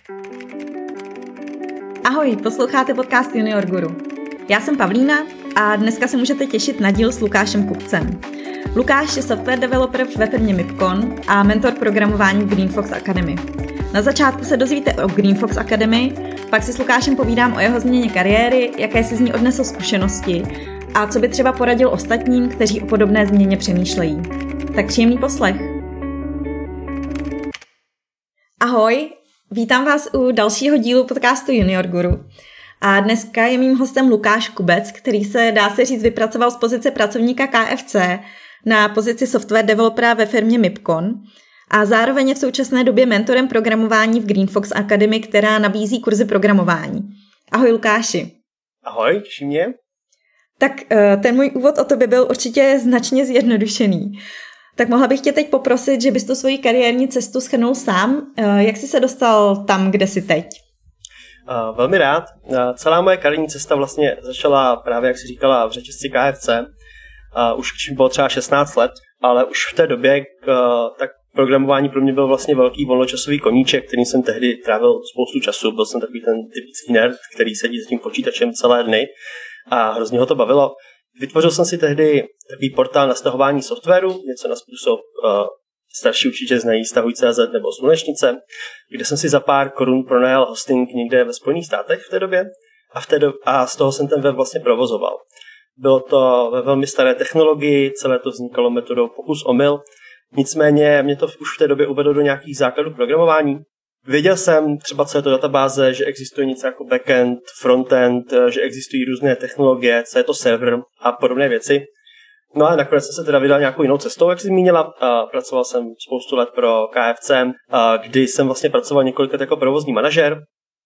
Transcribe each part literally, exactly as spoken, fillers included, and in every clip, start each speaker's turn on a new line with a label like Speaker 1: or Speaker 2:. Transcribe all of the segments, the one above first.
Speaker 1: Ahoj, posloucháte podcast Junior Guru. Já jsem Pavlína a dneska se můžete těšit na díl s Lukášem Kupcem. Lukáš je software developer ve firmě Mipcon a mentor programování v Greenfox Academy. Na začátku se dozvíte o Greenfox Academy, pak si s Lukášem povídám o jeho změně kariéry, jaké si z ní odnesl zkušenosti a co by třeba poradil ostatním, kteří o podobné změně přemýšlejí. Tak příjemný poslech. Ahoj, vítám vás u dalšího dílu podcastu Junior Guru. A dneska je mým hostem Lukáš Kubec, který se, dá se říct, vypracoval z pozice pracovníka K F C na pozici software developera ve firmě Mipcon a zároveň je v současné době mentorem programování v Greenfox Academy, která nabízí kurzy programování. Ahoj Lukáši.
Speaker 2: Ahoj, těší mě.
Speaker 1: Tak ten můj úvod o tobě byl určitě značně zjednodušený. Tak mohla bych tě teď poprosit, že bys tu svoji kariérní cestu shrnul sám. Jak jsi se dostal tam, kde jsi teď?
Speaker 2: Uh, velmi rád. Uh, celá moje kariérní cesta vlastně začala právě, jak jsi říkala, v řetězci K F C. Uh, už když mi bylo třeba šestnáct let, ale už v té době uh, tak programování pro mě byl vlastně velký volnočasový koníček, kterým jsem tehdy trávil spoustu času. Byl jsem takový ten typický nerd, který sedí s tím počítačem celé dny a hrozně ho to bavilo. Vytvořil jsem si tehdy takový portál na stahování softwaru, něco na způsob uh, starší určitě znají stahuj tečka cé zet nebo Slunečnice, kde jsem si za pár korun pronajal hosting někde ve Spojených státech v té době a, v té do- a z toho jsem ten web vlastně provozoval. Bylo to ve velmi staré technologii, celé to vznikalo metodou pokus omyl, nicméně mě to už v té době uvedlo do nějakých základů programování. Věděl jsem třeba, co je to databáze, že existuje něco jako backend, frontend, že existují různé technologie, co je to server a podobné věci. No a nakonec jsem se teda vydal nějakou jinou cestou, jak jsi zmínila. Pracoval jsem spoustu let pro K F C, kdy jsem vlastně pracoval několik let jako provozní manažer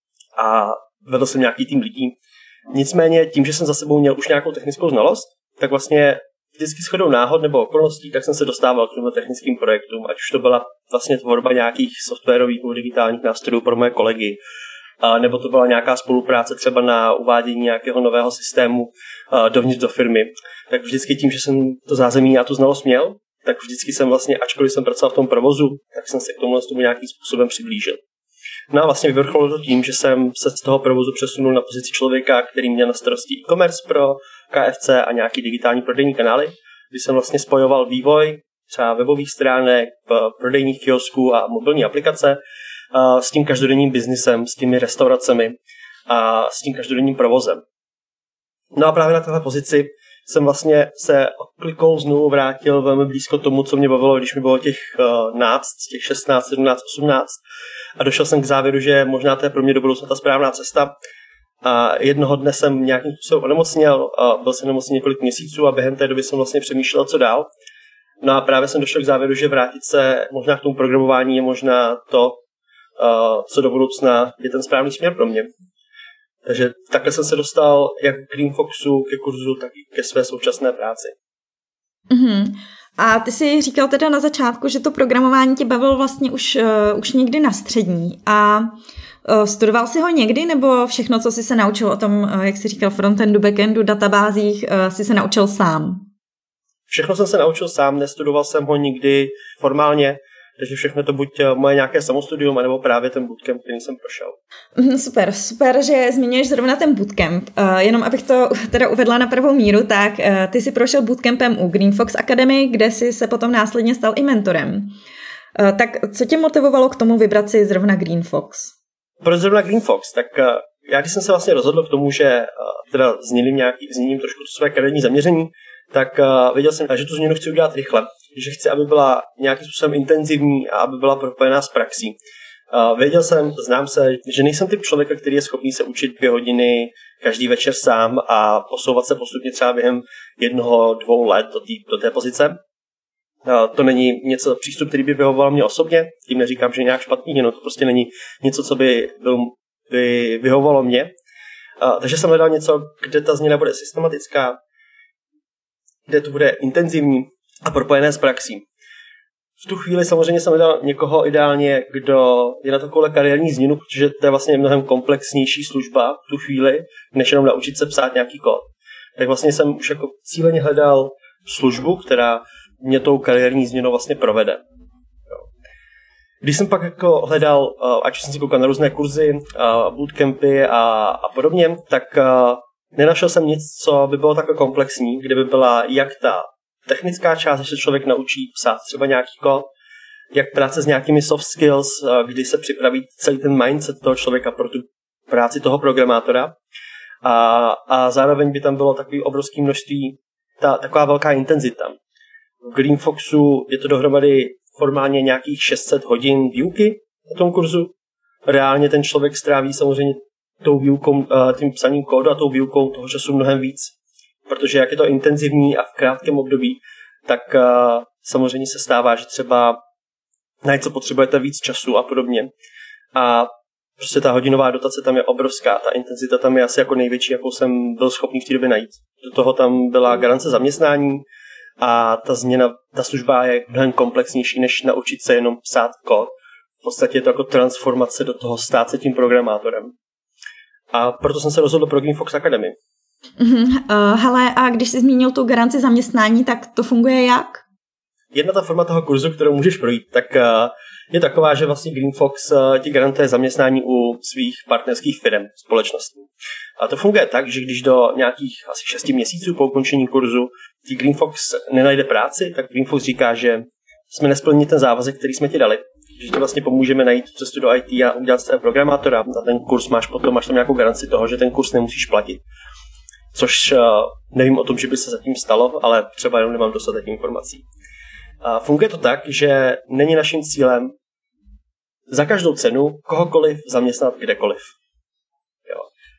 Speaker 2: a vedl jsem nějaký tým lidí. Nicméně tím, že jsem za sebou měl už nějakou technickou znalost, tak vlastně vždycky shodou náhod nebo okolností, tak jsem se dostával k těmto technickým projektům, ať už to byla vlastně tvorba nějakých softwarových nebo digitálních nástrojů pro moje kolegy, nebo to byla nějaká spolupráce třeba na uvádění nějakého nového systému dovnitř do firmy. Tak vždycky tím, že jsem to zázemí a tu znalost měl, tak vždycky jsem vlastně, ačkoliv jsem pracoval v tom provozu, tak jsem se k tomu, tomu nějakým způsobem přiblížil. No a vlastně vyvrcholilo to tím, že jsem se z toho provozu přesunul na pozici člověka, který měl na starosti e-commerce pro K F C a nějaký digitální prodejní kanály, kdy jsem vlastně spojoval vývoj třeba webových stránek, prodejních kiosků a mobilní aplikace s tím každodenním biznisem, s těmi restauracemi a s tím každodenním provozem. No a právě na téhle pozici jsem vlastně se klikou znovu vrátil velmi blízko tomu, co mě bavilo, když mi bylo těch náct, těch šestnáct, sedmnáct, osmnáct a došel jsem k závěru, že možná to je pro mě do budoucna ta správná cesta. A jednoho dne jsem nějakým způsobem onemocněl, byl jsem nemocný několik měsíců a během té doby jsem vlastně přemýšlel, co dál. No a právě jsem došel k závěru, že vrátit se možná k tomu programování je možná to, co do budoucna je ten správný směr pro mě. Takže takhle jsem se dostal jak k Greenfoxu, ke kurzu, tak i ke své současné práci.
Speaker 1: Mm-hmm. A ty jsi říkal teda na začátku, že to programování tě bavilo vlastně už, uh, už někdy na střední. A uh, studoval jsi ho někdy, nebo všechno, co jsi se naučil o tom, uh, jak jsi říkal, frontendu, backendu, databázích, uh, jsi se naučil sám?
Speaker 2: Všechno jsem se naučil sám, nestudoval jsem ho nikdy formálně, takže všechno to buď moje nějaké samostudium, anebo právě ten bootcamp, který jsem prošel.
Speaker 1: Super, super, že zmiňuješ zrovna ten bootcamp. Uh, jenom abych to teda uvedla na pravou míru, tak uh, ty jsi prošel bootcampem u Greenfox Academy, kde jsi se potom následně stal i mentorem. Uh, tak co tě motivovalo k tomu vybrat si zrovna Greenfox?
Speaker 2: Proč zrovna Greenfox? Tak uh, já když jsem se vlastně rozhodl k tomu, že uh, teda změním, nějaký, změním trošku to své kariérní zaměření, tak uh, věděl jsem, že tu změnu chci udělat rychle, že chci, aby byla nějakým způsobem intenzivní a aby byla propojená s praxí. Uh, věděl jsem, znám se, že nejsem typ člověka, který je schopný se učit dvě hodiny každý večer sám a posouvat se postupně třeba během jednoho, dvou let do, tý, do té pozice. Uh, to není něco, přístup, který by vyhovoval mě osobně, tím neříkám, že je nějak špatný, jenom to prostě není něco, co by, byl, by vyhovovalo mě. Uh, takže jsem hledal něco, kde ta změna bude systematická, kde to bude intenzivní a propojené s praxí. V tu chvíli samozřejmě jsem hledal někoho ideálně, kdo je na takovou kariérní změnu, protože to je vlastně mnohem komplexnější služba v tu chvíli, než jenom naučit se psát nějaký kód. Tak vlastně jsem už jako cíleně hledal službu, která mě tou kariérní změnou vlastně provede. Když jsem pak jako hledal, ať jsem si koukal na různé kurzy, bootcampy a, a podobně, tak nenašel jsem nic, co by bylo takhle komplexní, kde by byla jak ta technická část, že se člověk naučí psát třeba nějaký kód, jak práce s nějakými soft skills, kdy se připraví celý ten mindset toho člověka pro tu práci toho programátora. A, a zároveň by tam bylo takové obrovské množství, ta, taková velká intenzita. V GreenFoxu je to dohromady formálně nějakých šest set hodin výuky na tom kurzu. Reálně ten člověk stráví samozřejmě tou výukou, tím psaním kódu a tou výukou toho času mnohem víc. Protože jak je to intenzivní a v krátkém období, tak samozřejmě se stává, že třeba na něco potřebujete víc času a podobně. A prostě ta hodinová dotace tam je obrovská, ta intenzita tam je asi jako největší, jakou jsem byl schopný v té době najít. Do toho tam byla garance zaměstnání a ta změna, ta služba je mnohem komplexnější, než naučit se jenom psát kód. V podstatě je to jako transformace do toho stát se tím programátorem. A proto jsem se rozhodl pro GreenFox Academy.
Speaker 1: Mm-hmm. Uh, hele, a když jsi zmínil tu garanci zaměstnání, tak to funguje jak?
Speaker 2: Jedna ta forma toho kurzu, kterou můžeš projít, tak uh, je taková, že vlastně GreenFox uh, ti garantuje zaměstnání u svých partnerských firm, společností. A to funguje tak, že když do nějakých asi šesti měsíců po ukončení kurzu ti GreenFox nenajde práci, tak GreenFox říká, že jsme nesplnili ten závazek, který jsme ti dali. Že ti vlastně pomůžeme najít cestu do í té a udělat z toho programátora. A ten kurz máš potom, máš tam nějakou garanci toho, že ten kurz nemusíš platit. Což uh, nevím o tom, že by se zatím stalo, ale třeba jenom nemám dostatek informací. A funguje to tak, že není naším cílem za každou cenu kohokoliv zaměstnat kdekoliv. Jo.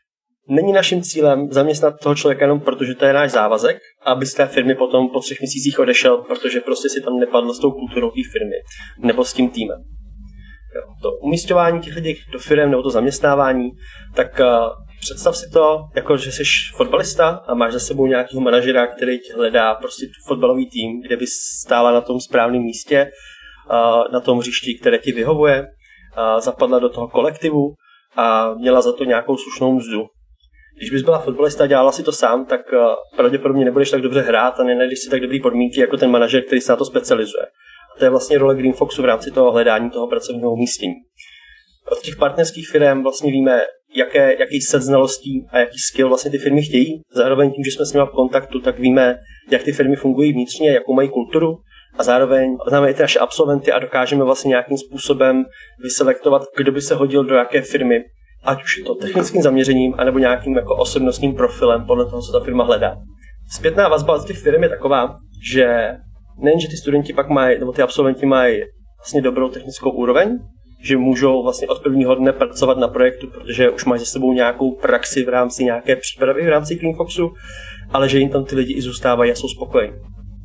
Speaker 2: Není naším cílem zaměstnat toho člověka jenom protože to je náš závazek, aby z té firmy potom po třech měsících odešel, protože prostě si tam nepadl s tou kulturou té firmy nebo s tím týmem. Jo. To umísťování těch lidí do firm nebo to zaměstnávání, tak uh, představ si to, jako že jsi fotbalista a máš za sebou nějakého manažera, který ti hledá prostě fotbalový tým, kde bys stála na tom správném místě, na tom hřišti, které ti vyhovuje, zapadla do toho kolektivu a měla za to nějakou slušnou mzdu. Když bys byla fotbalista a dělala si to sám, tak pravděpodobně nebudeš tak dobře hrát a nenajdeš si tak dobrý podmínky jako ten manažer, který se na to specializuje. A to je vlastně role GreenFoxu v rámci toho hledání toho pracovního umístění. Od těch partnerských firm vlastně víme, jaké, jaký set znalostí a jaký skill vlastně ty firmy chtějí. Zároveň tím, že jsme s nimi v kontaktu, tak víme, jak ty firmy fungují vnitřně, jakou mají kulturu a zároveň známe i ty naše absolventy a dokážeme vlastně nějakým způsobem vyselektovat, kdo by se hodil do jaké firmy, ať už je to technickým zaměřením, anebo nějakým jako osobnostním profilem podle toho, co ta firma hledá. Zpětná vazba od těch firm je taková, že nejen, že ty studenti pak mají, nebo ty absolventi mají vlastně dobrou technickou úroveň, že můžou vlastně od prvního dne pracovat na projektu, protože už mají za sebou nějakou praxi v rámci nějaké přípravy v rámci GreenFoxu, ale že jim tam ty lidi i zůstávají a jsou spokojení.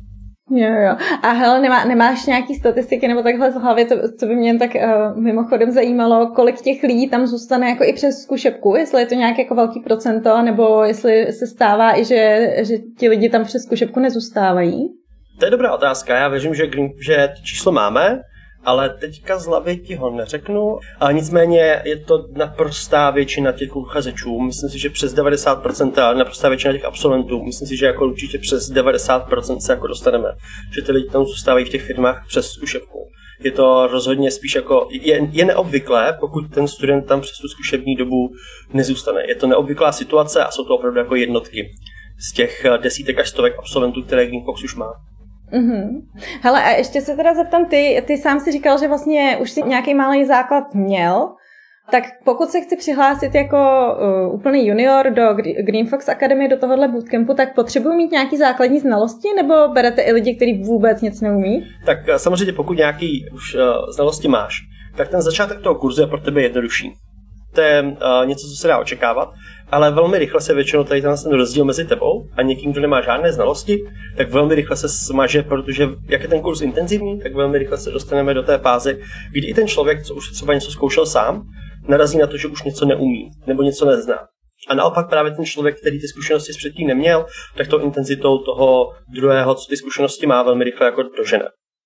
Speaker 1: Jo, jo. A hele, nemá, nemáš nějaký statistiky nebo takhle z hlavy, to, to by mě tak uh, mimochodem zajímalo, kolik těch lidí tam zůstane jako i přes zkušebku, jestli je to nějaké jako velký procento, nebo jestli se stává i, že, že ti lidi tam přes zkušebku nezůstávají?
Speaker 2: To je dobrá otázka, já věřím, že, Green, že to číslo máme, ale teďka z hlavy ti ho neřeknu. A nicméně je to naprostá většina těch uchazečů. Myslím si, že přes devadesát procent naprostá většina těch absolventů. Myslím si, že jako určitě přes devadesát procent se jako dostaneme. Že ty lidi tam zůstávají v těch firmách přes zkušebku. Je to rozhodně spíš jako, je, je neobvyklé, pokud ten student tam přes tu zkušební dobu nezůstane. Je to neobvyklá situace a jsou to opravdu jako jednotky z těch desítek až stovek absolventů, které GreenFox už má.
Speaker 1: Mm-hmm. Hele, a ještě se teda zeptám, ty, ty sám si říkal, že vlastně už si nějaký malý základ měl, tak pokud se chci přihlásit jako uh, úplný junior do GreenFox Academy, do tohohle bootcampu, tak potřebuji mít nějaký základní znalosti, nebo berete i lidi, kteří vůbec nic neumí?
Speaker 2: Tak samozřejmě pokud nějaký už uh, znalosti máš, tak ten začátek toho kurzu je pro tebe jednodušší. To je uh, něco, co se dá očekávat, ale velmi rychle se většinou tady ten rozdíl mezi tebou a někým, kdo nemá žádné znalosti, tak velmi rychle se smaže, protože jak je ten kurz intenzivní, tak velmi rychle se dostaneme do té fáze, kdy i ten člověk, co už třeba něco zkoušel sám, narazí na to, že už něco neumí nebo něco nezná. A naopak právě ten člověk, který ty zkušenosti předtím neměl, tak tou intenzitou toho druhého, co ty zkušenosti má, velmi rychle jako dožene.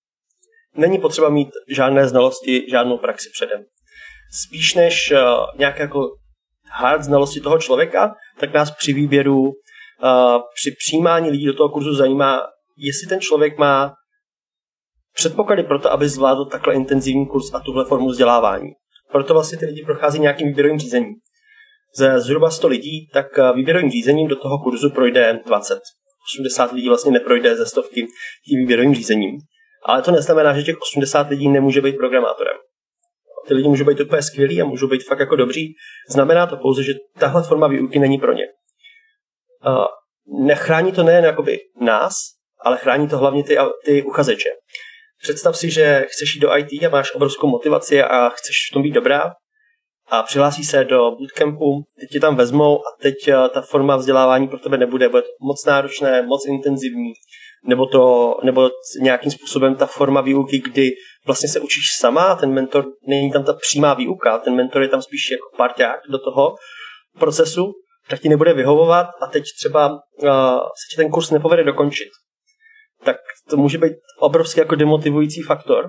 Speaker 2: Není potřeba mít žádné znalosti, žádnou praxi předem. Spíš než uh, nějaké jako hard znalosti toho člověka, tak nás při výběru, uh, při přijímání lidí do toho kurzu zajímá, jestli ten člověk má předpoklady pro to, aby zvládl takhle intenzivní kurz a tuhle formu vzdělávání. Proto vlastně ty lidi prochází nějakým výběrovým řízením. Ze zhruba sto lidí, tak výběrovým řízením do toho kurzu projde dvacet. osmdesát lidí vlastně neprojde ze stovky tím výběrovým řízením. Ale to neznamená, že těch osmdesát lidí nemůže být programátorem. Ty lidi můžou být úplně skvělí a můžou být fakt jako dobří. Znamená to pouze, že tahle forma výuky není pro ně. Nechrání to nejen jakoby nás, ale chrání to hlavně ty, ty uchazeče. Představ si, že chceš jít do í té a máš obrovskou motivaci a chceš v tom být dobrá a přihlásí se do bootcampu, teď tě tam vezmou a teď ta forma vzdělávání pro tebe nebude, bude to moc náročné, moc intenzivní, nebo to, nebo nějakým způsobem ta forma výuky, kdy vlastně se učíš sama, ten mentor, není tam ta přímá výuka, ten mentor je tam spíš jako parťák do toho procesu, tak ti nebude vyhovovat a teď třeba uh, se ti ten kurz nepovede dokončit. Tak to může být obrovský jako demotivující faktor,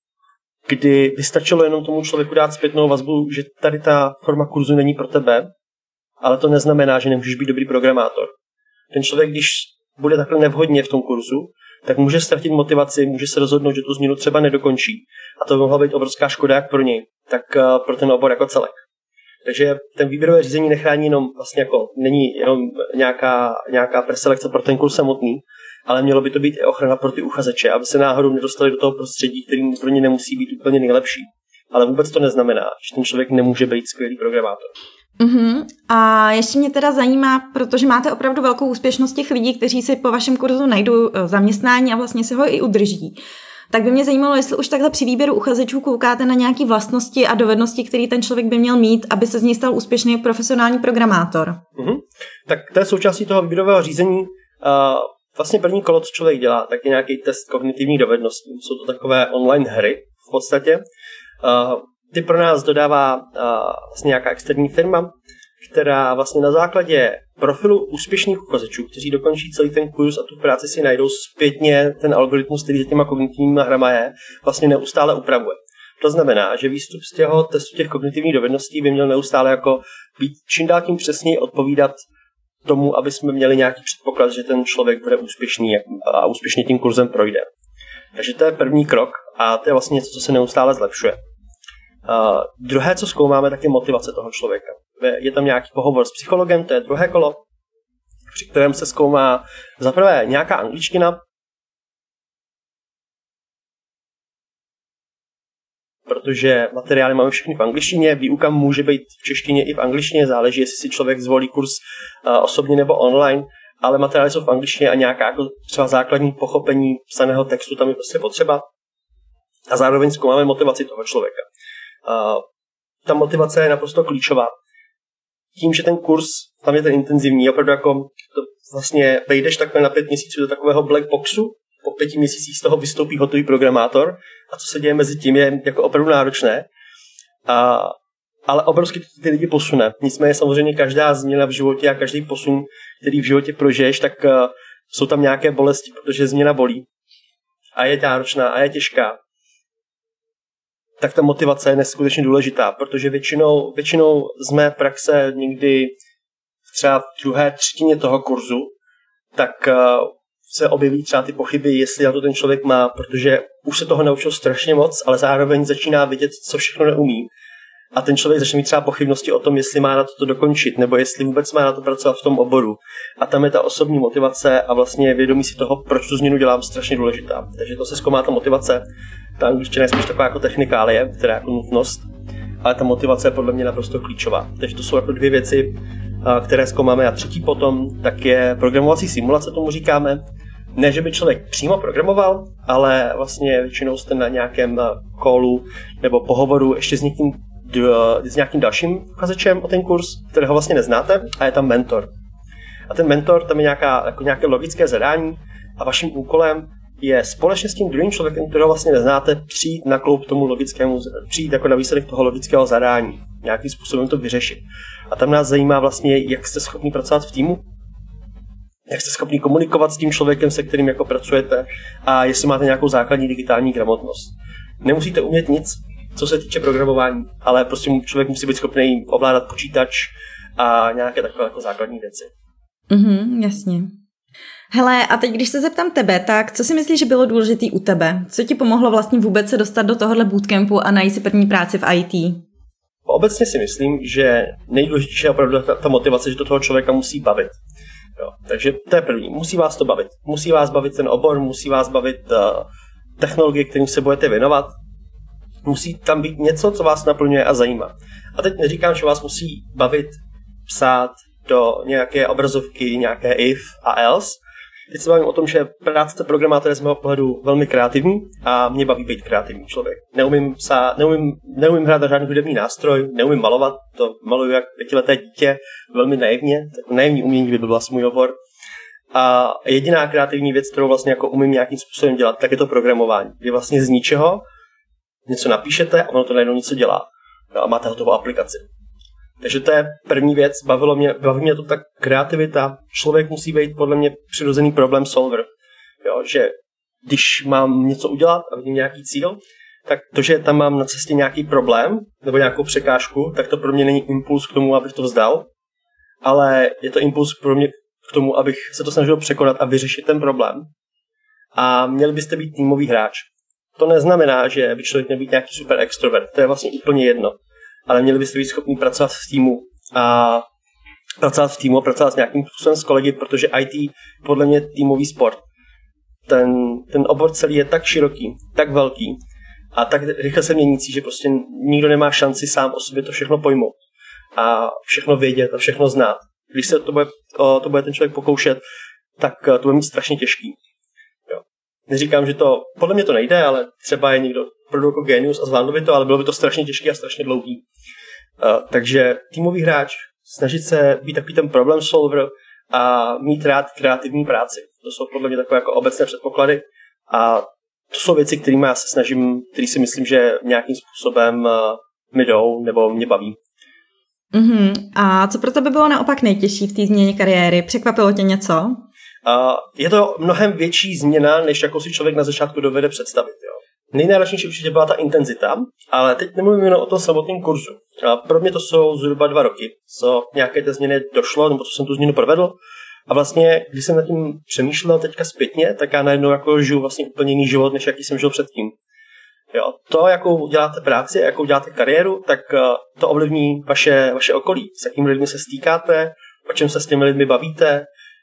Speaker 2: kdy by stačilo jenom tomu člověku dát zpětnou vazbu, že tady ta forma kurzu není pro tebe, ale to neznamená, že nemůžeš být dobrý programátor. Ten člověk, když bude takhle nevhodně v tom kurzu, tak může ztratit motivaci, může se rozhodnout, že tu změnu třeba nedokončí. A to by mohla být obrovská škoda jak pro něj, tak pro ten obor jako celek. Takže ten výběrové řízení nechrání jenom vlastně jako, není jenom nějaká, nějaká preselekce pro ten kurz samotný, ale mělo by to být i ochrana pro ty uchazeče, aby se náhodou nedostali do toho prostředí, který pro ně nemusí být úplně nejlepší. Ale vůbec to neznamená, že ten člověk nemůže být skvělý programátor.
Speaker 1: Uh-huh. A ještě mě teda zajímá, protože máte opravdu velkou úspěšnost těch lidí, kteří si po vašem kurzu najdou zaměstnání a vlastně si ho i udrží. Tak by mě zajímalo, jestli už takhle při výběru uchazečů koukáte na nějaké vlastnosti a dovednosti, které ten člověk by měl mít, aby se z něj stal úspěšný profesionální programátor.
Speaker 2: Uh-huh. Tak to je součástí toho výběrového řízení. Uh, vlastně první kolo, co člověk dělá, tak je nějaký test kognitivních dovedností. Jsou to takové online hry v podstatě. Uh, ty pro nás dodává uh, vlastně nějaká externí firma, která vlastně na základě profilu úspěšných uchazečů, kteří dokončí celý ten kurz a tu práci si najdou zpětně, ten algoritmus, který za těma kognitivníma hrama je, vlastně neustále upravuje. To znamená, že výstup z těho testu těch kognitivních dovedností by měl neustále jako být čím dál tím přesněji odpovídat tomu, aby jsme měli nějaký předpoklad, že ten člověk bude úspěšný a úspěšně tím kurzem projde. Takže to je první krok a to je vlastně něco, co se neustále zlepšuje. Uh, druhé, co zkoumáme, tak je motivace toho člověka. Je tam nějaký pohovor s psychologem, to je druhé kolo, při kterém se zkoumá za prvé nějaká angličtina, protože materiály máme všechny v angličtině, výuka může být v češtině i v angličtině, záleží, jestli si člověk zvolí kurz uh, osobně nebo online, ale materiály jsou v angličtině a nějaká jako třeba základní pochopení psaného textu tam je prostě potřeba. A zároveň zkoumáme motivaci toho člověka. Uh, ta motivace je naprosto klíčová. Tím, že ten kurz tam je ten intenzivní, opravdu jako to vlastně vejdeš takhle na pět měsíců do takového black boxu, po pěti měsících z toho vystoupí hotový programátor a co se děje mezi tím je jako opravdu náročné. A, ale obrovsky to ty lidi posune. Nicméně samozřejmě každá změna v životě a každý posun, který v životě prožiješ, tak uh, jsou tam nějaké bolesti, protože změna bolí. A je náročná a je těžká. Tak ta motivace je neskutečně důležitá, protože většinou, většinou z mé praxe někdy třeba v druhé třetině toho kurzu, tak uh, se objeví třeba ty pochyby, jestli na to ten člověk má, protože už se toho naučil strašně moc, ale zároveň začíná vidět, co všechno neumí. A ten člověk začne mít třeba pochybnosti o tom, jestli má na to, to dokončit, nebo jestli vůbec má na to pracovat v tom oboru. A tam je ta osobní motivace a vlastně vědomí si toho, proč tu změnu dělám, strašně důležitá. Takže to se zkoumá ta motivace. Ta angličtina je spíš taková jako technikálie, která je jako nutnost, ale ta motivace je podle mě naprosto klíčová. Takže to jsou jako dvě věci, které zkoumáme. A třetí potom, tak je programovací simulace, tomu říkáme. Ne, že by člověk přímo programoval, ale vlastně většinou jste na nějakém callu nebo pohovoru ještě s někým, s nějakým dalším uchazečem o ten kurz, kterého vlastně neznáte, a je tam mentor. A ten mentor, tam je nějaká, jako nějaké logické zadání a vaším úkolem je společně s tím druhým člověkem, kterého vlastně neznáte, přijít na kloub tomu logickému, přijít jako na výsledek toho logického zadání, nějakým způsobem to vyřešit. A tam nás zajímá vlastně, jak jste schopni pracovat v týmu, jak jste schopni komunikovat s tím člověkem, se kterým jako pracujete a jestli máte nějakou základní digitální gramotnost. Nemusíte umět nic, co se týče programování, ale prostě člověk musí být schopný ovládat počítač a nějaké takové jako základní věci.
Speaker 1: Mhm, jasně. Hele, a teď když se zeptám tebe, tak co si myslíš, že bylo důležité u tebe? Co ti pomohlo vlastně vůbec se dostat do tohohle bootcampu a najít si první práci v í té?
Speaker 2: Obecně si myslím, že nejdůležitější je opravdu ta, ta motivace, že to toho člověka musí bavit. Jo, takže to je první. Musí vás to bavit. Musí vás bavit ten obor, musí vás bavit uh, technologie, kterým se budete věnovat. Musí tam být něco, co vás naplňuje a zajímá. A teď neříkám, že vás musí bavit psát do nějaké obrazovky, nějaké if a else. Teď se bavím o tom, že práce programátora je z mého pohledu velmi kreativní a mě baví být kreativní člověk. Neumím, psát, neumím, neumím hrát na žádný hudební nástroj, neumím malovat, to maluju jak pětileté dítě, velmi naivně, tak naivní umění by byl vlastně můj obor. A jediná kreativní věc, kterou vlastně jako umím nějakým způsobem dělat, tak je to programování. Kdy vlastně z ničeho něco napíšete a ono to najednou něco dělá. No a máte hotovou aplikaci. Takže to je první věc, bavilo mě, baví mě to tak kreativita. Člověk musí být podle mě přirozený problém solver. Jo, že když mám něco udělat a vidím nějaký cíl, tak to, že tam mám na cestě nějaký problém nebo nějakou překážku, tak to pro mě není impuls k tomu, abych to vzdal, ale je to impuls pro mě k tomu, abych se to snažil překonat a vyřešit ten problém. A měli byste být týmový hráč. To neznamená, že by člověk měl být nějaký super extrovert. To je vlastně úplně jedno. Ale měli byste být schopni pracovat v týmu a pracovat v týmu a pracovat s nějakým způsobem s kolegy, protože í té podle mě týmový sport. Ten, ten obor celý je tak široký, tak velký a tak rychle se měnící, že prostě nikdo nemá šanci sám o sobě to všechno pojmout a všechno vědět a všechno znát. Když se to bude, o, to bude ten člověk pokoušet, tak to bude mít strašně těžký. Jo. Neříkám, že to, podle mě to nejde, ale třeba je někdo opravdu jako genius a zvládl by to, ale bylo by to strašně těžké a strašně dlouhý. Uh, takže týmový hráč, snažit se být takový ten problem solver a mít rád kreativní práci. To jsou podle mě takové jako obecné předpoklady a to jsou věci, kterými já se snažím, který si myslím, že nějakým způsobem uh, mi jdou nebo mě baví.
Speaker 1: Mm-hmm. A co pro tebe bylo naopak nejtěžší v té změně kariéry? Překvapilo tě něco?
Speaker 2: Uh, je to mnohem větší změna, než jakou si člověk na začátku dovede představit. Jo. Nejnáročnější určitě byla ta intenzita, ale teď nemluvím jenom o tom samotném kurzu. A pro mě to jsou zhruba dva roky, co nějaké té změny došlo, nebo co jsem tu změnu provedl. A vlastně, když jsem nad tím přemýšlel teďka zpětně, tak já najednou jako žiju vlastně úplně jiný život, než jaký jsem žil předtím. Jo, to, jakou děláte práci, jakou děláte kariéru, tak to ovlivní vaše, vaše okolí, s jakými lidmi se stýkáte, o čem se s těmi lidmi bavíte.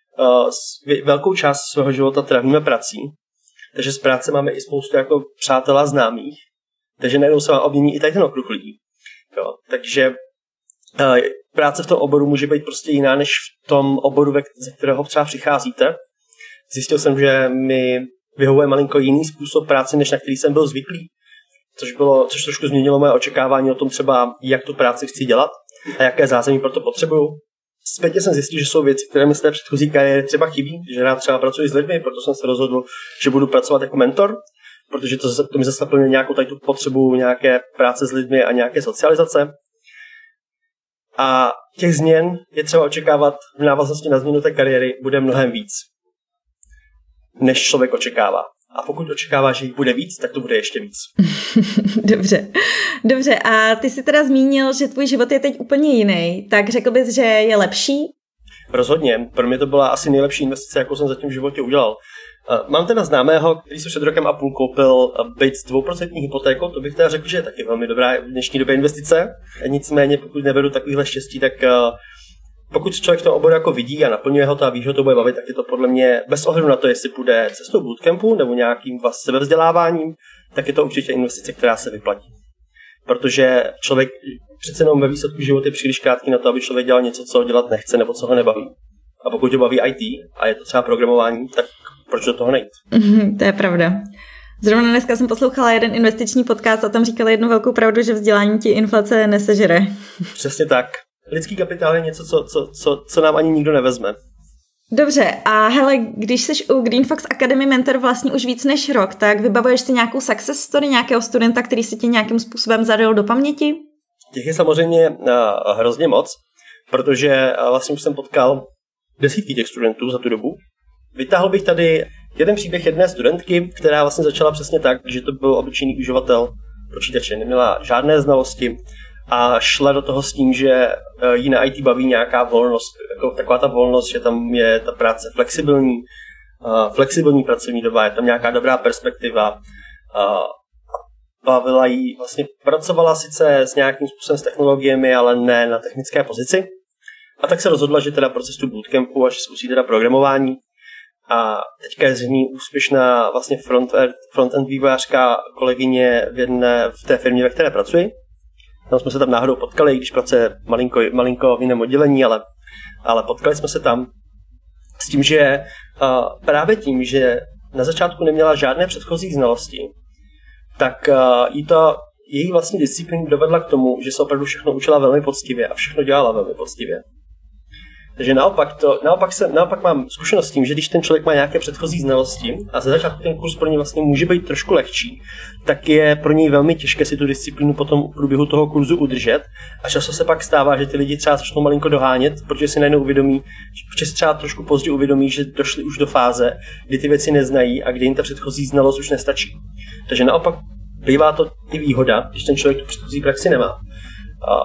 Speaker 2: Velkou část svého života trávíme prací. Takže z práce máme i spoustu jako přátel a známých. Takže najednou se vám obmění i tady ten okruh lidí. Jo, takže uh, práce v tom oboru může být prostě jiná, než v tom oboru, ve, ze kterého třeba přicházíte. Zjistil jsem, že mi vyhovuje malinko jiný způsob práce, než na který jsem byl zvyklý. Což, bylo, což trošku změnilo moje očekávání o tom třeba, jak tu práci chci dělat a jaké zázemí pro to potřebuju. Zpětně jsem zjistil, že jsou věci, které mi z té předchozí kariéry třeba chybí, že rád třeba pracuji s lidmi, proto jsem se rozhodl, že budu pracovat jako mentor, protože to, to mi zase naplňuje nějakou tady tu potřebu nějaké práce s lidmi a nějaké socializace. A těch změn je třeba očekávat v návaznosti na změnu té kariéry bude mnohem víc, než člověk očekává. A pokud očekává, že jich bude víc, tak to bude ještě víc.
Speaker 1: Dobře. Dobře, a ty jsi teda zmínil, že tvůj život je teď úplně jiný, tak řekl bys, že je lepší?
Speaker 2: Rozhodně. Pro mě to byla asi nejlepší investice, jakou jsem zatím v životě udělal. Mám teda známého, který si před rokem a půl koupil byt s dvouprocentní hypotékou, to bych teda řekl, že je taky velmi dobrá v dnešní době investice. Nicméně, pokud neberu takovýhle štěstí, tak pokud člověk v tom oboru jako vidí a naplňuje ho to a ví, že ho to bude bavit, tak je to podle mě bez ohledu na to, jestli půjde cestou bootcampu nebo nějakým vlastně sebevzděláváním, tak je to určitě investice, která se vyplatí. Protože člověk přece jenom ve výsledku života je příliš krátký na to, aby člověk dělal něco, co dělat nechce nebo co ho nebaví. A pokud ho baví í té a je to třeba programování, tak proč do toho nejít?
Speaker 1: Mm, to je pravda. Zrovna dneska jsem poslouchala jeden investiční podcast a tam říkali jednu velkou pravdu, že vzdělání ti inflace nesežere.
Speaker 2: Přesně tak. Lidský kapitál je něco, co, co, co, co nám ani nikdo nevezme.
Speaker 1: Dobře, a hele, když jsi u Green Fox Academy mentor vlastně už víc než rok, tak vybavuješ si nějakou success story nějakého studenta, který si tě nějakým způsobem zaryl do paměti?
Speaker 2: Těch je samozřejmě uh, hrozně moc, protože uh, vlastně už jsem potkal desítky těch studentů za tu dobu. Vytáhl bych tady jeden příběh jedné studentky, která vlastně začala přesně tak, že to byl obyčejný uživatel počítače, neměla žádné znalosti a šla do toho s tím, že jí na í té baví nějaká volnost, jako taková ta volnost, že tam je ta práce flexibilní flexibilní pracovní doba, je tam nějaká dobrá perspektiva. Bavila jí, vlastně pracovala sice s nějakým způsobem s technologiemi, ale ne na technické pozici. A tak se rozhodla, že teda pro cestu bootcampu a že zkusí teda programování. A teďka je z ní úspěšná vlastně front-end, front-end vývojářka kolegyně v jedné v té firmě, ve které pracuji. Tam jsme se tam náhodou potkali, když pracuje malinko, malinko v jiném oddělení, ale, ale potkali jsme se tam s tím, že uh, právě tím, že na začátku neměla žádné předchozí znalosti, tak uh, jí to, její vlastní disciplína dovedla k tomu, že se opravdu všechno učila velmi poctivě a všechno dělala velmi poctivě. Takže naopak, to, naopak, se, naopak mám zkušenost s tím, že když ten člověk má nějaké předchozí znalosti a ze začátku ten kurz pro něj vlastně může být trošku lehčí, tak je pro něj velmi těžké si tu disciplínu potom v průběhu toho kurzu udržet a často se pak stává, že ty lidi třeba začnou malinko dohánět, protože si najednou uvědomí, že se třeba trošku pozdě uvědomí, že došli už do fáze, kdy ty věci neznají a kdy jim ta předchozí znalost už nestačí. Takže naopak bývá to i výhoda, když ten člověk tu předchozí praxi nemá. A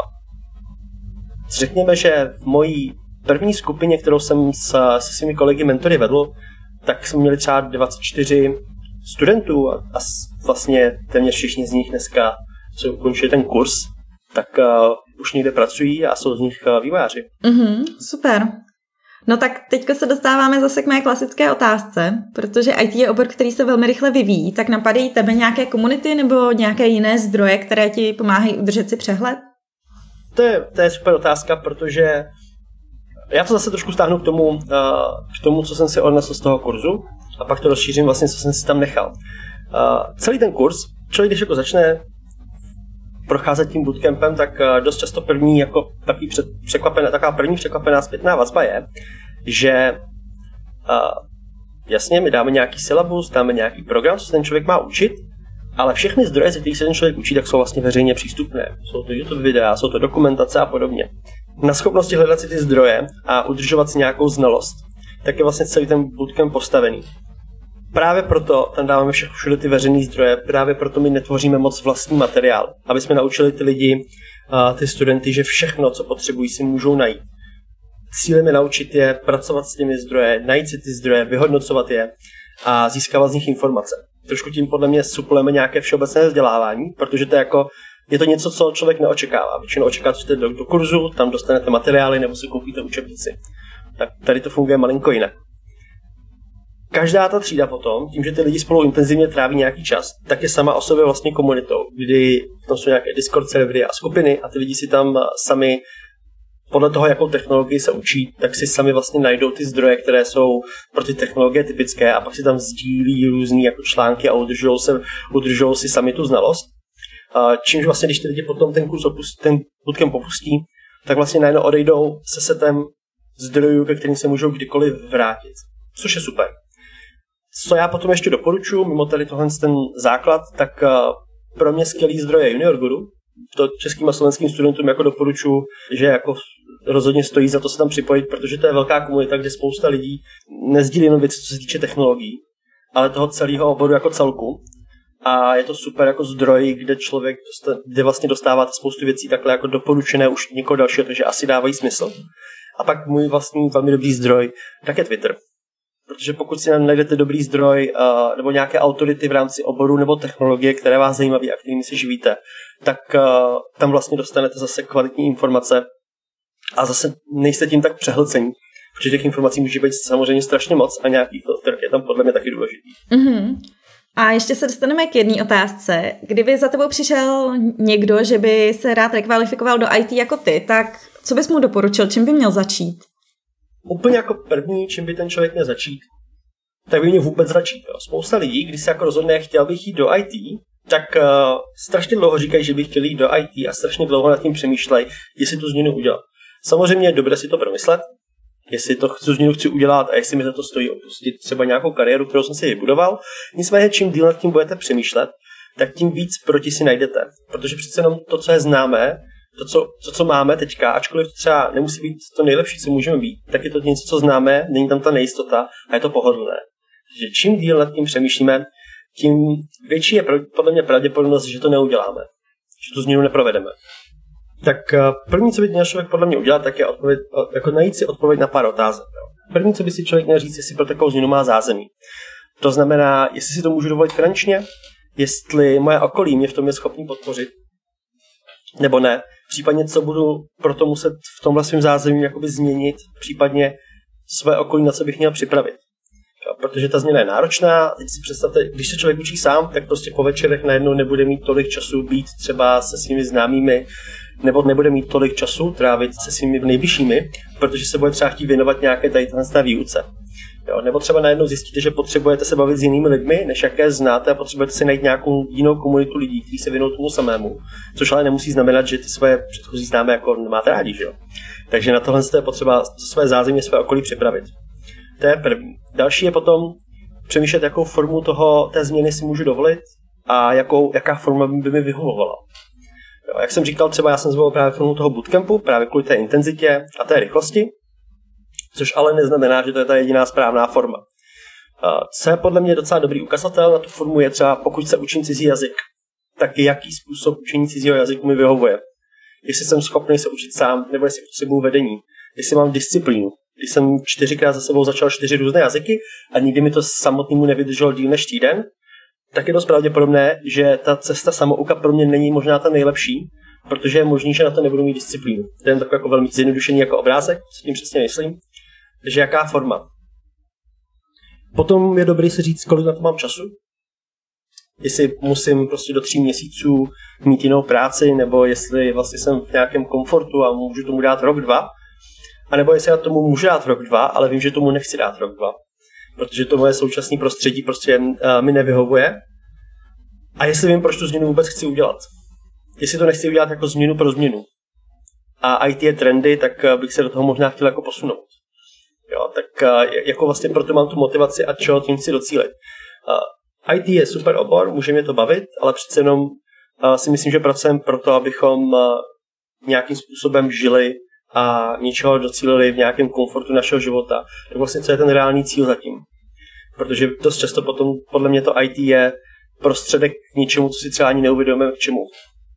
Speaker 2: řekněme, že v mojí první skupině, kterou jsem s, se svými kolegy mentory vedl, tak jsme měli třeba dvacet čtyři studentů a, a vlastně téměř všichni z nich dneska, co ukončili ten kurz, tak uh, už někde pracují a jsou z nich uh, vývojáři.
Speaker 1: Mm-hmm, super. No tak teďko se dostáváme zase k mé klasické otázce, protože í té je obor, který se velmi rychle vyvíjí, tak napadají tebe nějaké komunity nebo nějaké jiné zdroje, které ti pomáhají udržet si přehled?
Speaker 2: To je, to je super otázka, protože já to zase trošku stáhnu k tomu, uh, k tomu, co jsem si odnesl z toho kurzu a pak to rozšířím vlastně, co jsem si tam nechal. Uh, celý ten kurz, člověk, když jako začne procházet tím bootcampem, tak uh, dost často první, jako takový před, překvapená, taková první překvapená zpětná vazba je, že uh, jasně, my dáme nějaký syllabus, dáme nějaký program, co se ten člověk má učit, ale všechny zdroje, ze kterých se ten člověk učí, tak jsou vlastně veřejně přístupné. Jsou to YouTube videa, jsou to dokumentace a podobně. Na schopnosti hledat si ty zdroje a udržovat si nějakou znalost, tak je vlastně celý ten bootcamp postavený. Právě proto tam dáváme všechny všude ty veřejné zdroje, právě proto my netvoříme moc vlastní materiál, aby jsme naučili ty lidi, ty studenty, že všechno, co potřebují, si můžou najít. Cílem je naučit je pracovat s těmi zdroje, najít si ty zdroje, vyhodnocovat je a získávat z nich informace. Trošku tím podle mě suplujeme nějaké všeobecné vzdělávání, protože to je jako je to něco, co člověk neočekává. Většinou očekáváte, že jdete do, do kurzu, tam dostanete materiály nebo si koupíte učebnici. Tak tady to funguje malinko jinak. Každá ta třída potom, tím, že ty lidi spolu intenzivně tráví nějaký čas, tak je sama o sobě vlastně komunitou, kdy tam jsou nějaké Discord servery a skupiny a ty lidi si tam sami podle toho, jakou technologii se učí, tak si sami vlastně najdou ty zdroje, které jsou pro ty technologie typické a pak si tam sdílí různý jako články a udržují se, udržují si sami tu znalost. Čímž vlastně, když ty lidi potom ten kurz opustí, ten bootcamp popustí, tak vlastně najednou odejdou se setem zdrojů, ke kterým se můžou kdykoliv vrátit. Což je super. Co já potom ještě doporučuji, mimo tady tohle ten základ, tak pro mě skvělý zdroj je Junior Guru. To českým a slovenským studentům jako doporučuji, že jako rozhodně stojí za to se tam připojit, protože to je velká komunita, kde spousta lidí nezdílí jenom věci, co se týče technologií, ale toho celého oboru jako celku. A je to super jako zdroj, kde člověk dosta, kde vlastně dostáváte spoustu věcí takhle jako doporučené už někoho dalšího, takže asi dávají smysl. A pak můj vlastní velmi dobrý zdroj, tak je Twitter. Protože pokud si najdete dobrý zdroj uh, nebo nějaké autority v rámci oboru nebo technologie, které vás zajímaví a kterými se živíte, tak uh, tam vlastně dostanete zase kvalitní informace a zase nejste tím tak přehlcení. Protože těch informací může být samozřejmě strašně moc a nějaký filtr je tam podle mě taky důležitý.
Speaker 1: Mm-hmm. A ještě se dostaneme k jedné otázce. Kdyby za tebou přišel někdo, že by se rád rekvalifikoval do í té jako ty, tak co bys mu doporučil, čím by měl začít?
Speaker 2: Úplně jako první, čím by ten člověk měl začít, tak by měl vůbec začít. Jo. Spousta lidí, když se jako rozhodne, chtěl bych jít do í té, tak uh, strašně dlouho říkají, že by chtěli jít do í té a strašně dlouho nad tím přemýšlejí, jestli tu změnu udělat. Samozřejmě je dobré si to promyslet, jestli to tu změnu chci udělat a jestli mi za to stojí opustit třeba nějakou kariéru, kterou jsem si vybudoval. Nicméně, čím díl nad tím budete přemýšlet, tak tím víc proti si najdete. Protože přece jenom to, co je známé, to, co, to, co máme teďka, ačkoliv to třeba nemusí být to nejlepší, co můžeme být, tak je to něco, co známe, není tam ta nejistota a je to pohodlné. Takže čím díl nad tím přemýšlíme, tím větší je podle mě pravděpodobnost, že to neuděláme, že tu změnu neprovedeme. Tak první, co by měl člověk podle mě udělat, tak je odpověď, jako najít si odpověď na pár otázek. První, co by si člověk měl říct, jestli pro takovou změnu má zázemí. To znamená, jestli si to můžu dovolit finančně, jestli moje okolí mě v tom je schopný podpořit, nebo ne. Případně, co budu proto muset v tomhle svým zázemí jakoby změnit, případně své okolí, na co bych měl připravit. Jo, protože ta změna je náročná. Teď si představte, když se člověk učí sám, tak prostě po večerech najednou nebude mít tolik času být třeba se svými známými, nebo nebude mít tolik času trávit se svými nejbližšími, protože se bude třeba chtít věnovat nějaké tady té výuce. Jo, nebo třeba najednou zjistíte, že potřebujete se bavit s jinými lidmi, než jaké znáte, a potřebujete si najít nějakou jinou komunitu lidí, kteří se věnují tomu samému. Což ale nemusí znamenat, že ty svoje předchozí známé jako máte rádi, že jo. Takže na tohle je potřeba své zázemí, své okolí připravit. To je první. Další je potom přemýšlet, jakou formu toho, té změny si můžu dovolit a jakou, jaká forma by mi vyhovovala. Jo, jak jsem říkal, třeba já jsem zvolil právě formu toho bootcampu, právě kvůli té intenzitě a té rychlosti, což ale neznamená, že to je ta jediná správná forma. Co je podle mě docela dobrý ukazatel na tu formu je třeba, pokud se učím cizí jazyk, tak jaký způsob učení cizího jazyku mi vyhovuje. Jestli jsem schopný se učit sám, nebo jestli potřebuji vedení, jestli mám disciplínu. Když jsem čtyřikrát za sebou začal čtyři různé jazyky a nikdy mi to samotnému nevydrželo díl než týden, tak je dost pravděpodobné, že ta cesta samouka pro mě není možná ta nejlepší, protože je možný, že na to nebudu mít disciplínu. To je takový jako velmi zjednodušený jako obrázek, co tím přesně myslím. Takže jaká forma. Potom je dobré si říct, kolik na to mám času. Jestli musím prostě do tří měsíců mít jinou práci, nebo jestli vlastně jsem v nějakém komfortu a můžu tomu dát rok, dva. A nebo jestli já tomu můžu dát rok, dva, ale vím, že tomu nechci dát rok, dva. Protože to moje současné prostředí prostě uh, mi nevyhovuje. A jestli vím, proč tu změnu vůbec chci udělat. Jestli to nechci udělat jako změnu pro změnu. A í té je trendy, tak uh, bych se do toho možná chtěl jako posunout. Jo, tak uh, jako vlastně proto mám tu motivaci a čeho tím chci docílit. Uh, í té je super obor, může mě to bavit, ale přece jenom uh, si myslím, že pracujeme proto, abychom uh, nějakým způsobem žili a něčeho docílili v nějakém komfortu našeho života. Tak vlastně co je ten reálný cíl zatím. Protože dost často potom podle mě to í té je prostředek k něčemu, co si třeba ani neuvědomujeme k čemu.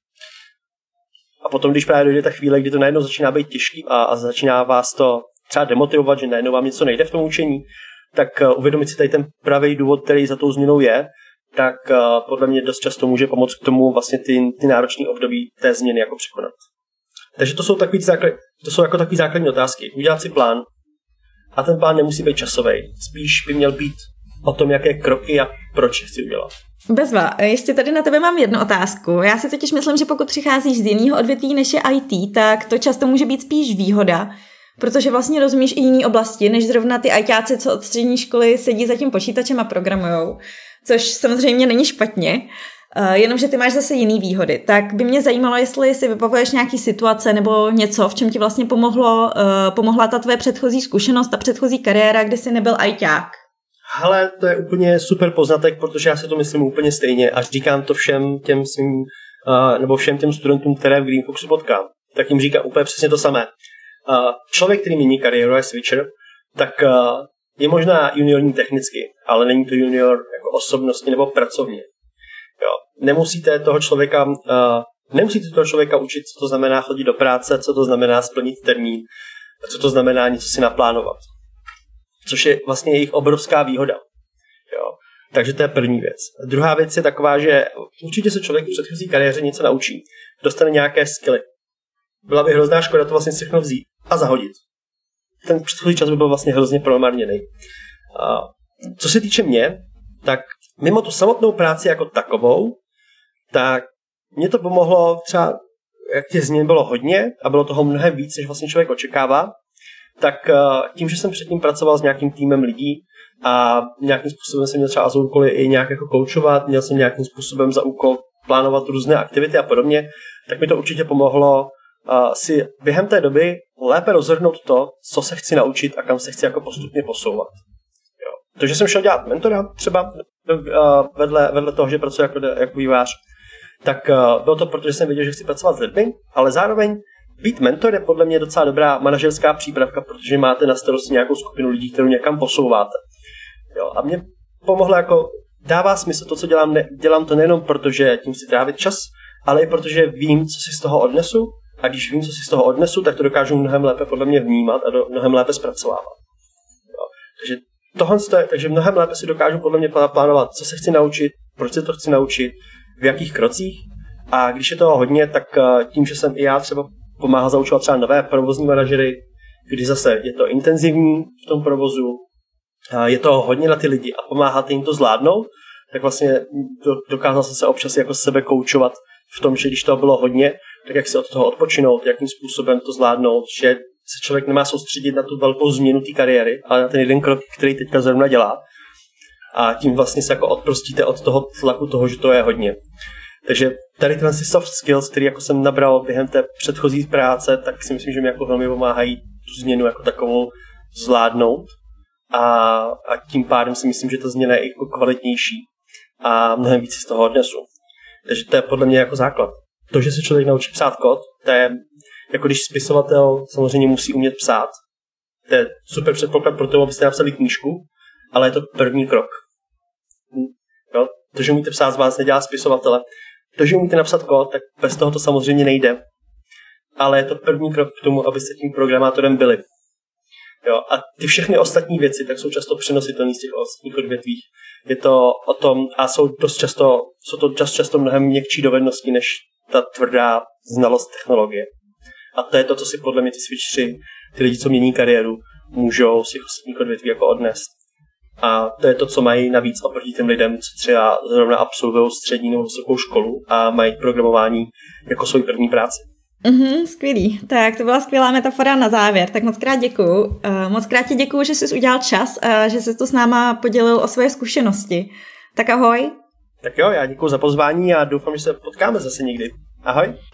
Speaker 2: A potom, když právě dojde ta chvíle, kdy to najednou začíná být těžký a, a začíná vás to třeba demotivovat, že najednou vám něco nejde v tom učení, tak uh, uvědomit si tady ten pravý důvod, který za tou změnou je, tak uh, podle mě dost často může pomoct k tomu vlastně ty, ty náročné období té změny jako překonat. Takže to jsou takový základ, to jsou jako takový základní otázky. Udělat si plán a ten plán nemusí být časový. Spíš by měl být o tom, jaké kroky a proč chci udělat.
Speaker 1: Bezva, ještě tady na tebe mám jednu otázku. Já si totiž myslím, že pokud přicházíš z jiného odvětví než je í té, tak to často může být spíš výhoda, protože vlastně rozumíš i jiné oblasti, než zrovna ty ajťáci, co od střední školy sedí za tím počítačem a programujou, což samozřejmě není špatně, uh, jenomže ty máš zase jiný výhody. Tak by mě zajímalo, jestli si vypavuješ nějaký situace nebo něco, v čem ti vlastně pomohlo, uh, pomohla ta tvoje předchozí zkušenost, ta předchozí kariéra, kdy jsi nebyl ajťák.
Speaker 2: Hele, to je úplně super poznatek, protože já si to myslím úplně stejně. Až říkám to všem těm svým, uh, nebo všem těm studentům, které v Greenfoxu potkám, tak jim říkám úplně přesně to samé. Uh, člověk, který mění kariéru, je switcher, tak uh, je možná juniorní technicky, ale není to junior jako osobnostně nebo pracovně. Jo. Nemusíte toho člověka, uh, nemusíte toho člověka učit, co to znamená chodit do práce, co to znamená splnit termín, co to znamená něco si naplánovat. Což je vlastně jejich obrovská výhoda. Jo. Takže to je první věc. Druhá věc je taková, že určitě se člověk v předchozí kariéře něco naučí. Dostane nějaké skilly. Byla by hrozná škoda to vlastně všechno vzít a zahodit. Ten předchozí čas by byl vlastně hrozně promarněný. Co se týče mě, tak mimo tu samotnou práci jako takovou, tak mě to pomohlo třeba, jak těch změn bylo hodně a bylo toho mnohem víc, než vlastně člověk očekává, tak tím, že jsem předtím pracoval s nějakým týmem lidí a nějakým způsobem jsem měl třeba za úkoly i nějak jako koučovat, měl jsem nějakým způsobem za úkol plánovat různé aktivity a podobně, tak mi to určitě pomohlo uh, si během té doby lépe rozhodnout to, co se chci naučit a kam se chci jako postupně posouvat. Jo. To, že jsem šel dělat mentora třeba uh, vedle, vedle toho, že pracuji jako, jako vývojář, tak uh, bylo to, protože jsem věděl, že chci pracovat s lidmi, ale zároveň být mentor je podle mě docela dobrá manažerská přípravka, protože máte na starosti nějakou skupinu lidí, kterou někam posouváte. Jo, a mě pomohlo jako, dává smysl to, co dělám, ne, dělám to nejenom proto, že tím si trávit čas, ale i protože vím, co si z toho odnesu, a když vím, co si z toho odnesu, tak to dokážu mnohem lépe podle mě vnímat a do, mnohem lépe zpracovávat. Takže tohle je, takže mnohem lépe si dokážu podle mě plánovat, co se chci naučit, proč se to chci naučit, v jakých krocích. A když je toho hodně, tak tím, že jsem i já třeba pomáhal zaučovat třeba nové provozní manažery, kdy zase je to intenzivní v tom provozu, je to hodně na ty lidi a pomáhat jim to zvládnout, tak vlastně dokázal jsem se občas jako sebe koučovat v tom, že když toho bylo hodně, tak jak si od toho odpočinout, jakým způsobem to zvládnout, že se člověk nemá soustředit na tu velkou změnu té kariéry, ale na ten jeden krok, který teďka zrovna dělá. A tím vlastně se jako odprostíte od toho tlaku toho, že to je hodně. Takže tady tyhle soft skills, které jako jsem nabral během té předchozí práce, tak si myslím, že mi jako velmi pomáhají tu změnu jako takovou zvládnout. A, a tím pádem si myslím, že ta změna je jako kvalitnější a mnohem víc z toho odnesu. Takže to je podle mě jako základ. To, že se člověk naučí psát kód, to je jako když spisovatel samozřejmě musí umět psát. To je super předpoklad pro to, abyste napsali knížku, ale je to první krok. Jo? To, že umíte psát, z vás nedělá spisovatele. To, že umíte napsat kód, tak bez toho to samozřejmě nejde. Ale je to první krok k tomu, abyste tím programátorem byli. Jo? A ty všechny ostatní věci tak jsou často přenositelné z těch ostatních odvětvích. Je to o tom, a jsou dost často, jsou to často, často mnohem měkčí dovednosti, než ta tvrdá znalost technologie. A to je to, co si podle mě ty switcheři, ty lidi, co mění kariéru, můžou z těch ostatních odvětví jako odnést. A to je to, co mají navíc oproti těm lidem, co třeba zrovna absolvují střední nebo vysokou školu a mají programování jako svou první práci.
Speaker 1: Mhm, skvělý. Tak to byla skvělá metafora na závěr. Tak moc krát děkuju. Uh, moc krát ti děkuju, že jsi udělal čas a že jsi tu s náma podělil o svoje zkušenosti. Tak ahoj.
Speaker 2: Tak jo, já děkuju za pozvání a doufám, že se potkáme zase někdy. Ahoj.